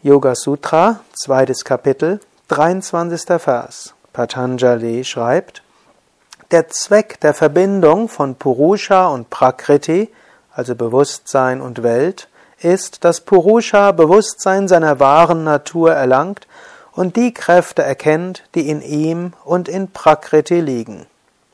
Yoga Sutra, 2. Kapitel, 23. Vers. Patanjali schreibt: Der Zweck der Verbindung von Purusha und Prakriti, also Bewusstsein und Welt, ist, dass Purusha Bewusstsein seiner wahren Natur erlangt und die Kräfte erkennt, die in ihm und in Prakriti liegen.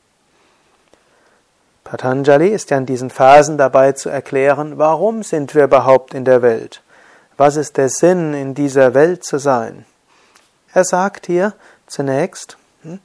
Patanjali ist ja in diesen Versen dabei zu erklären, warum sind wir überhaupt in der Welt? Was ist der Sinn, in dieser Welt zu sein? Er sagt hier zunächst,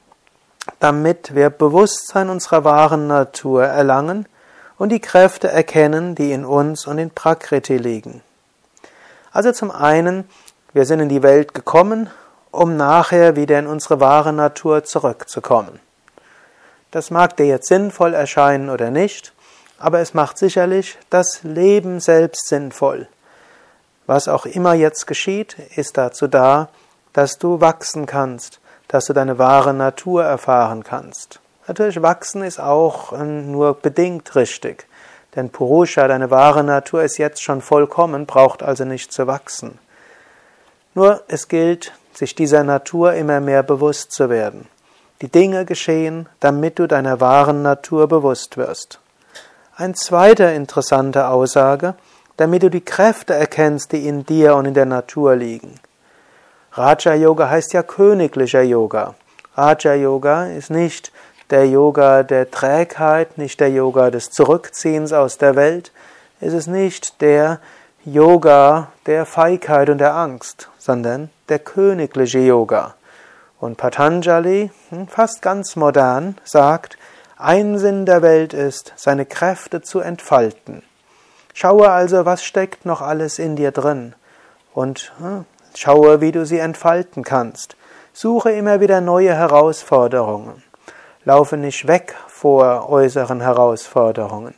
damit wir Bewusstsein unserer wahren Natur erlangen und die Kräfte erkennen, die in uns und in Prakriti liegen. Also zum einen, wir sind in die Welt gekommen, um nachher wieder in unsere wahre Natur zurückzukommen. Das mag dir jetzt sinnvoll erscheinen oder nicht, aber es macht sicherlich das Leben selbst sinnvoll. Was auch immer jetzt geschieht, ist dazu da, dass du wachsen kannst, dass du deine wahre Natur erfahren kannst. Natürlich, wachsen ist auch nur bedingt richtig, denn Purusha, deine wahre Natur, ist jetzt schon vollkommen, braucht also nicht zu wachsen. Nur es gilt, sich dieser Natur immer mehr bewusst zu werden. Die Dinge geschehen, damit du deiner wahren Natur bewusst wirst. Eine zweite interessante Aussage: damit du die Kräfte erkennst, die in dir und in der Natur liegen. Raja Yoga heißt ja königlicher Yoga. Raja Yoga ist nicht der Yoga der Trägheit, nicht der Yoga des Zurückziehens aus der Welt. Es ist nicht der Yoga der Feigheit und der Angst, sondern der königliche Yoga. Und Patanjali, fast ganz modern, sagt, ein Sinn der Welt ist, seine Kräfte zu entfalten. Schaue also, was steckt noch alles in dir drin und schaue, wie du sie entfalten kannst. Suche immer wieder neue Herausforderungen. Laufe nicht weg vor äußeren Herausforderungen.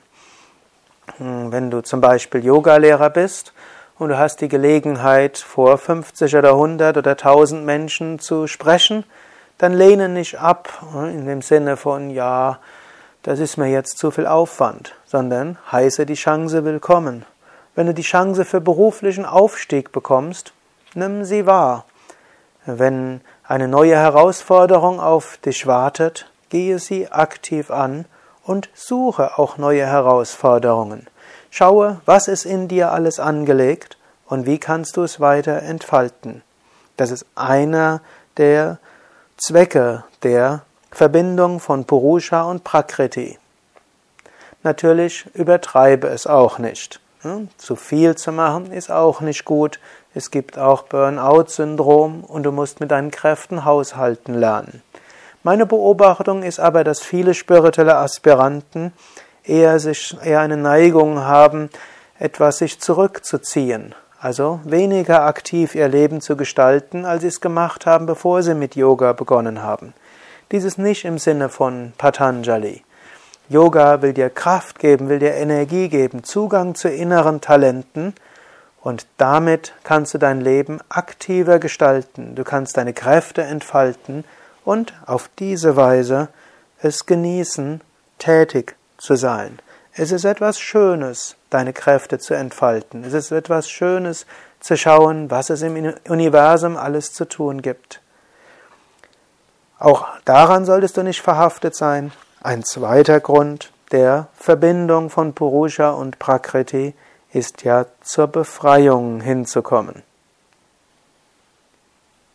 Wenn du zum Beispiel Yogalehrer bist und du hast die Gelegenheit, vor 50 oder 100 oder 1000 Menschen zu sprechen, dann lehne nicht ab, in dem Sinne von, ja, das ist mir jetzt zu viel Aufwand, sondern heiße die Chance willkommen. Wenn du die Chance für beruflichen Aufstieg bekommst, nimm sie wahr. Wenn eine neue Herausforderung auf dich wartet, gehe sie aktiv an und suche auch neue Herausforderungen. Schaue, was ist in dir alles angelegt und wie kannst du es weiter entfalten. Das ist einer der Zwecke der Verbindung von Purusha und Prakriti. Natürlich übertreibe es auch nicht. Zu viel zu machen ist auch nicht gut. Es gibt auch Burnout-Syndrom und du musst mit deinen Kräften haushalten lernen. Meine Beobachtung ist aber, dass viele spirituelle Aspiranten eher eine Neigung haben, sich zurückzuziehen. Also weniger aktiv ihr Leben zu gestalten, als sie es gemacht haben, bevor sie mit Yoga begonnen haben. Dies ist nicht im Sinne von Patanjali. Yoga will dir Kraft geben, will dir Energie geben, Zugang zu inneren Talenten und damit kannst du dein Leben aktiver gestalten. Du kannst deine Kräfte entfalten und auf diese Weise es genießen, tätig zu sein. Es ist etwas Schönes, deine Kräfte zu entfalten. Es ist etwas Schönes zu schauen, was es im Universum alles zu tun gibt. Auch daran solltest du nicht verhaftet sein. Ein zweiter Grund der Verbindung von Purusha und Prakriti ist ja zur Befreiung hinzukommen.